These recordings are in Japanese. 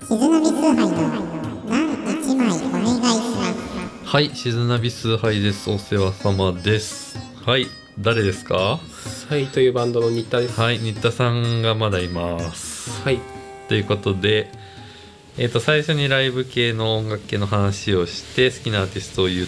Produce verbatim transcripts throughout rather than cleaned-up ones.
静ナビ崇拝の何一枚お願いします。 はい、静ナビ崇拝です。お世話様です。はい、誰ですか？ サイというバンドの新田です。 はい、新田さんがまだいます。 はい。 ということで、えっと最初にライブ系の音楽系の話をして好きなアーティストを言って、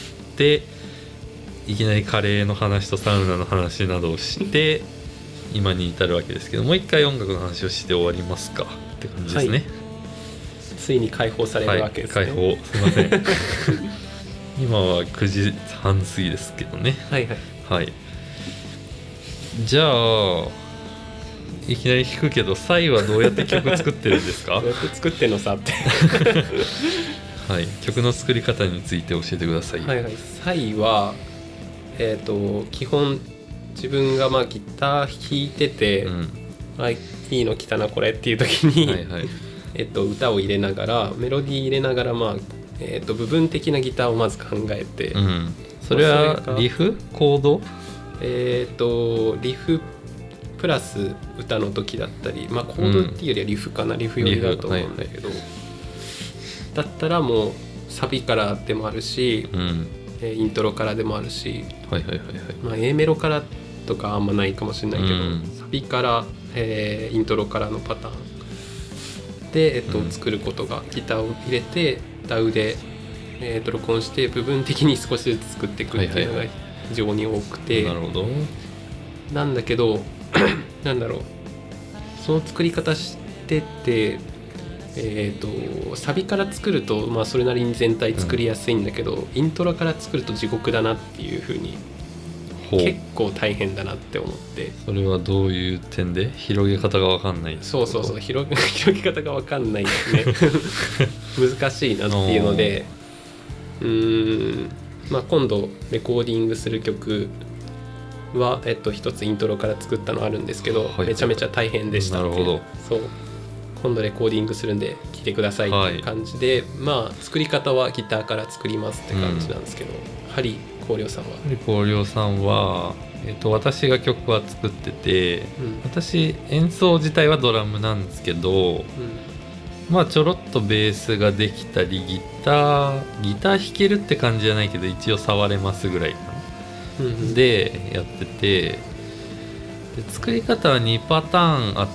いきなりカレーの話とサウナの話などをして今に至るわけですけど、もう一回音楽の話をして終わりますかって感じですね。 はい、ついに解放されるわけですね。 はい、解放、すいません今はくじはん過ぎですけどね。 はいはいはい。じゃあいきなり聞くけど、サイはどうやって曲作ってるんですか？ どうやって作ってんのさってはい、曲の作り方について教えてください。 はいはい。サイはえっ、ー、と基本自分がまあギター弾いてて、うん、あいいの来たなこれっていう時に、はいはい、えっと歌を入れながらメロディー入れながら、まあえー、と部分的なギターをまず考えて、うん、 それはリフコードえっ、ー、とリフプラス歌の時だったり、まあコードっていうよりはリフかな、うん、リフ寄りだと思うんだけど、はいはい、だったらもうサビからでもあるし、うん、えー、イントロからでもあるし、はいはいはいはい、まあ A メロからとかあんまないかもしれないけど、うん、サビから、えー、イントロからのパターンで、えっと、うん、作ることがギターを入れてダウで、えー、と録音して部分的に少しずつ作っていくっていうのが非常に多くて、 はいはいはい、なるほど。 なんだけどなんだろう、その作り方してて、えー、とサビから作ると、まあ、それなりに全体作りやすいんだけど、うん、イントロから作ると地獄だなっていう風に結構大変だなって思って。 それはどういう点で？広げ方が分かんない。 そうそうそう、広げ、広げ方が分かんないですね難しいなっていうので、うーん、まあ、今度レコーディングする曲は、えっと、一つイントロから作ったのあるんですけど、はい、めちゃめちゃ大変でした。 なるほど。 そう、今度レコーディングするんで聴いてくださいっていう感じで、はい、まあ作り方はギターから作りますって感じなんですけど、うん、ハリー光陵さんは光陵さんは、えー、と私が曲は作ってて、うん、私演奏自体はドラムなんですけど、うん、まあちょろっとベースができたりギターギター弾けるって感じじゃないけど一応触れますぐらいかな、うん、でやってて、で作り方はにパターンあって、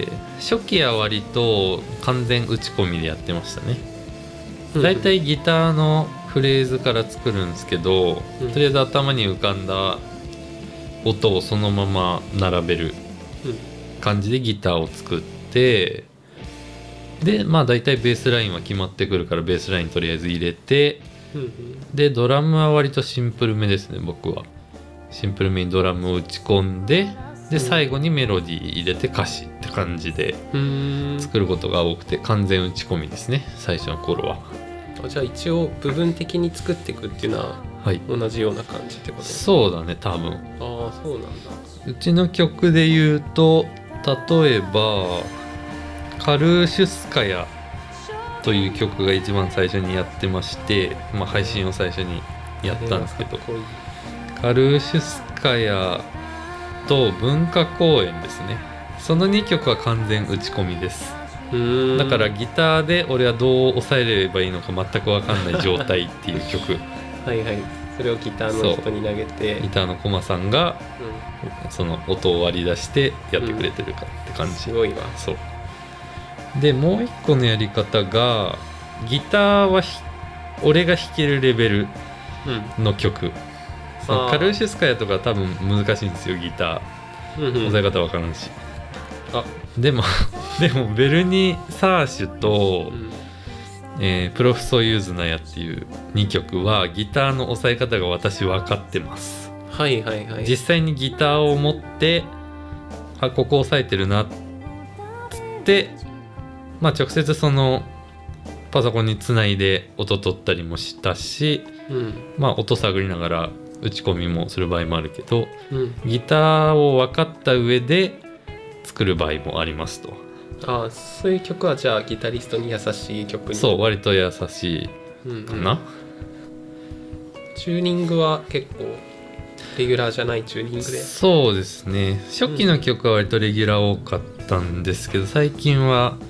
初期は割と完全打ち込みでやってましたね。だいたいギターのフレーズから作るんですけど、うん、とりあえず頭に浮かんだ音をそのまま並べる感じでギターを作って、でまあだいたいベースラインは決まってくるからベースラインとりあえず入れて、うんうん、でドラムは割とシンプルめですね。僕はシンプルめにドラムを打ち込んで、で最後にメロディー入れて歌詞って感じで作ることが多くて、完全打ち込みですね最初の頃は。 じゃあ一応部分的に作っていくっていうのは同じような感じってこと？ そうだね、多分。 ああ、そうなんだ。 うちの曲で言うと、例えばカルーシュスカヤという曲が一番最初にやってまして、まあ、配信を最初にやったんですけど、カルーシュスカヤと文化公演ですね。そのにきょくは完全打ち込みです。だからギターで俺はどう抑えればいいのか全く分かんない状態っていう曲はいはい。それをギターの人に投げて、 ギターのコマさんが、うん、その音を割り出してやってくれてるかって感じ、うん、 すごいわ。 そうで、もう一個のやり方が、ギターは俺が弾けるレベルの曲、うん、そのカルーシュスカヤとか多分難しいんですよギター、うんうん、押さえ方分からんし。あでもでもベルニ・サーシュと、うんえー、プロフソユーズナヤっていうにきょくはギターの押さえ方が私分かってます。 はいはいはい。 実際にギターを持って、あ、ここ押さえてるなっつって、まあ直接そのパソコンにつないで音取ったりもしたし、うん、まあ音探りながら打ち込みもする場合もあるけど、うん、ギターを分かった上で作る場合もありますと。 ああ、そういう曲はじゃあギタリストに優しい曲に。 そう、割と優しいかな、うんうん、 チューニングは結構レギュラーじゃないチューニングで。 そうですね、初期の曲は割とレギュラー多かったんですけど、最近は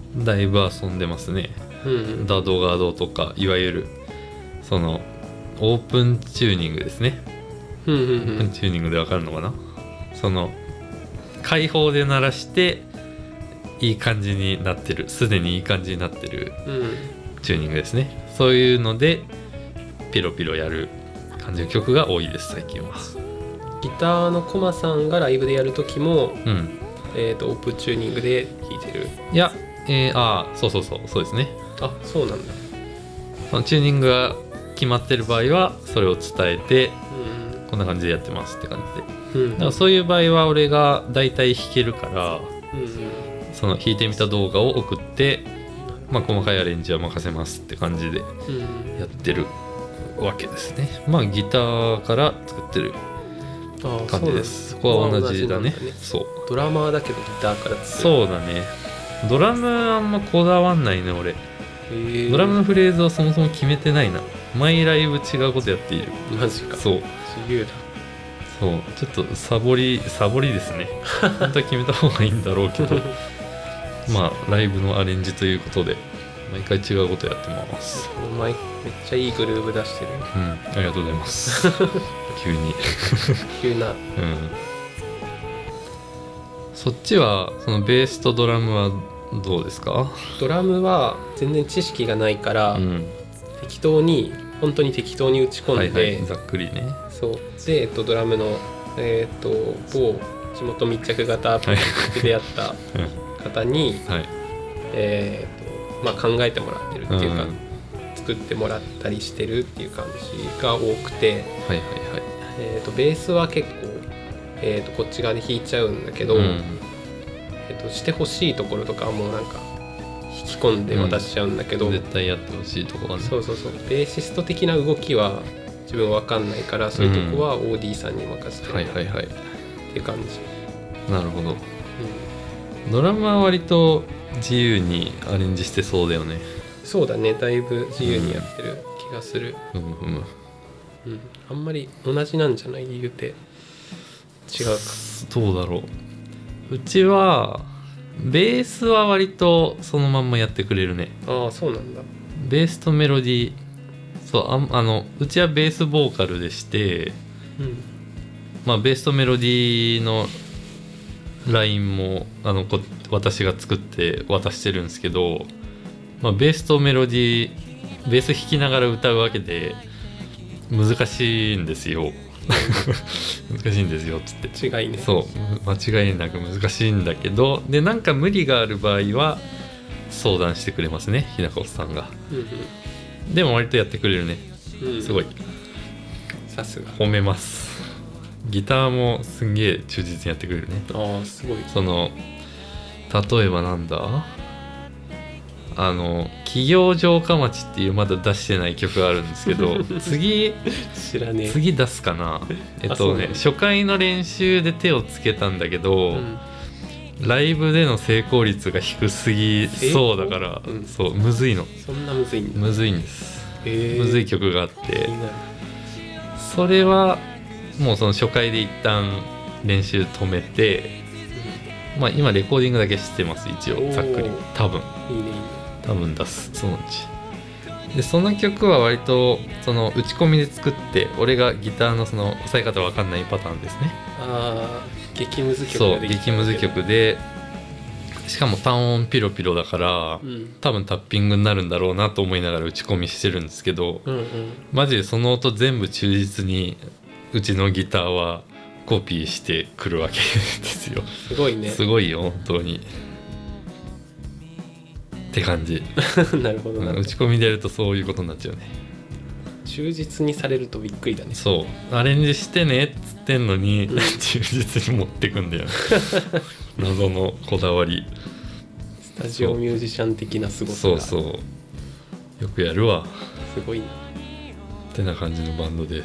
だいぶ遊んでますね。 うんうんダドガードとかいわゆるそのオープンチューニングですね。 うんうんうオープンんチューニングでわかるのかな。その開放で鳴らしていい感じになってる、すでにいい感じになってるうんチューニングですね。そういうのでピロピロやる感じの曲が多いです最近は。 ギターのコマさんがライブでやる時も、 うんえー、とオープンチューニングで弾いてる。 いや、えー、ああそうそうそうそうですね。 あ、そうなんだ。 そのチューニングが決まってる場合はそれを伝えてうこんな感じでやってますって感じで、 んうんだからそういう場合は俺が大体弾けるからうんその弾いてみた動画を送って、まあ、細かいアレンジは任せますって感じでうんやってるわけですね。まあギターから作ってるあ感じです。そこは同じだね。 同じなんだね。 そうドラマーだけどギターから作る。 そうだね。ドラムあんまこだわんないね俺。 へードラムのフレーズをそもそも決めてないな。毎ライブ違うことやっている。 マジか。 そう自由だ。 そうちょっとサボりサボりですね。本当は決めた方がいいんだろうけどまあライブのアレンジということで毎回違うことやってます。 お前めっちゃいいグルーブ出してる。 うんありがとうございます急に急な。 うんそっちはそのベースとドラムはどうですか？ ドラムは全然知識がないから、 うん適当に本当に適当に打ち込んで、 はいはいざっくりね。 そうで、えっと、ドラムの、えっと、某地元密着型プロジェクトで出会ったうん方に、 はいえっとまあ、考えてもらってるっていうか、 うん作ってもらったりしてるっていう感じが多くて、 はいはいはいえっとベースは結構、えっとこっち側で弾いちゃうんだけど、 うんえっとしてほしいところとかはもうなんか引き込んで渡しちゃうんだけど、 絶対やってほしいとこはね。 そうそうそうベーシスト的な動きは自分わかんないからそういうとこは オーディー さんに任せてるはいはいはいっていう感じ、 なるほど。 うドラムは割と自由にアレンジしてそうだよね。 ん、そうだねだいぶ自由にやってる気がする、 ふむふむうん、あんまり同じなんじゃない言うて違うか。 どうだろう。うちはベースは割とそのまんまやってくれるね。 ああそうなんだ。 ベースとメロディーそうあんあのうちはベースボーカルでしてうんまあベースとメロディーのラインもあのこ私が作って渡してるんですけど、まあ、ベースとメロディーベース弾きながら歌うわけで難しいんですよ難しいんですよっつって違いね。 そう間違いなく難しいんだけどでなんか無理がある場合は相談してくれますねひなこさんが。 うんでも割とやってくれるね。 うんうん、 すごいさすが。 褒めます。ギターもすんげえ忠実にやってくれるね。 ああすごい。 その例えばなんだあの企業城下町っていうまだ出してない曲があるんですけど次知らねえ。 次出すかなえっあそうなのとね初回の練習で手をつけたんだけど、 うんライブでの成功率が低すぎそうだから、 うんそうむずいのそんなむずいんだ。 むずいんです、 へえむずい曲があって気になる。 それはもうその初回で一旦練習止めて、まあ今レコーディングだけしてます一応おーざっくり多分いいねいいね。 多分出すそのうちでその曲は割とその打ち込みで作って俺がギターのその押さえ方わかんないパターンですね。 ああ激ムズ曲そうができた激ムズ曲でしかも単音ピロピロだからうん多分タッピングになるんだろうなと思いながら打ち込みしてるんですけどうんうんマジでその音全部忠実にうちのギターはコピーしてくるわけですよ。 すごいね。 すごいよ本当にって感じなるほどなるほど。 打ち込みでやるとそういうことになっちゃうね。 忠実にされるとびっくりだね。 そうアレンジしてねっつってんのに、 うん忠実に持ってくんだよね謎のこだわり。 スタジオミュージシャン的なすごさがそうそうよくやるわすごいな。 ってな感じのバンドです。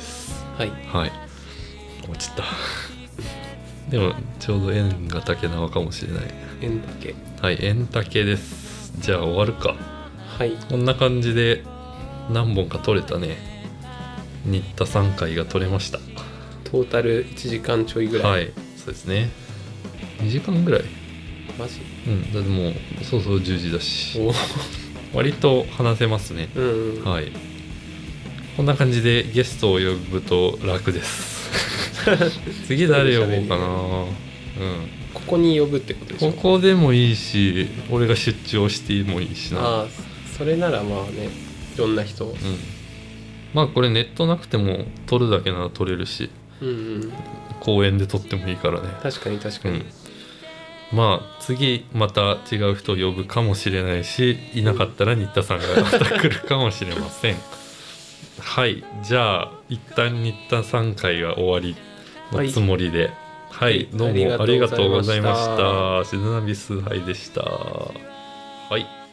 はい。 はい落ちたでもちょうど縁が竹縄かもしれない。 円だけ。 はい縁竹です。じゃあ終わるか。 はい。 こんな感じで何本か撮れたね。新田さんかいが撮れました。 トータルいちじかんちょいぐらい。 はいそうですねにじかんぐらいマジうんだってもうそうそうじゅうじだしお割と話せますね、 うんうんはいこんな感じでゲストを呼ぶと楽です次誰呼ぼうかな。うんここに呼ぶってことでしょ。 ここでもいいし俺が出張してもいいしな。 ああそれならまあねいろんな人、 うんまあこれネットなくても撮るだけなら撮れるし、 うんうん、 公園で撮ってもいいからね。 確かに確かに、 うんまあ次また違う人を呼ぶかもしれないしいなかったら新田さんがまた来るかもしれませんはいじゃあ一旦新田さん回が終わりのつもりではい、はい、どうもありがとうございました。シズナビス杯でした。はい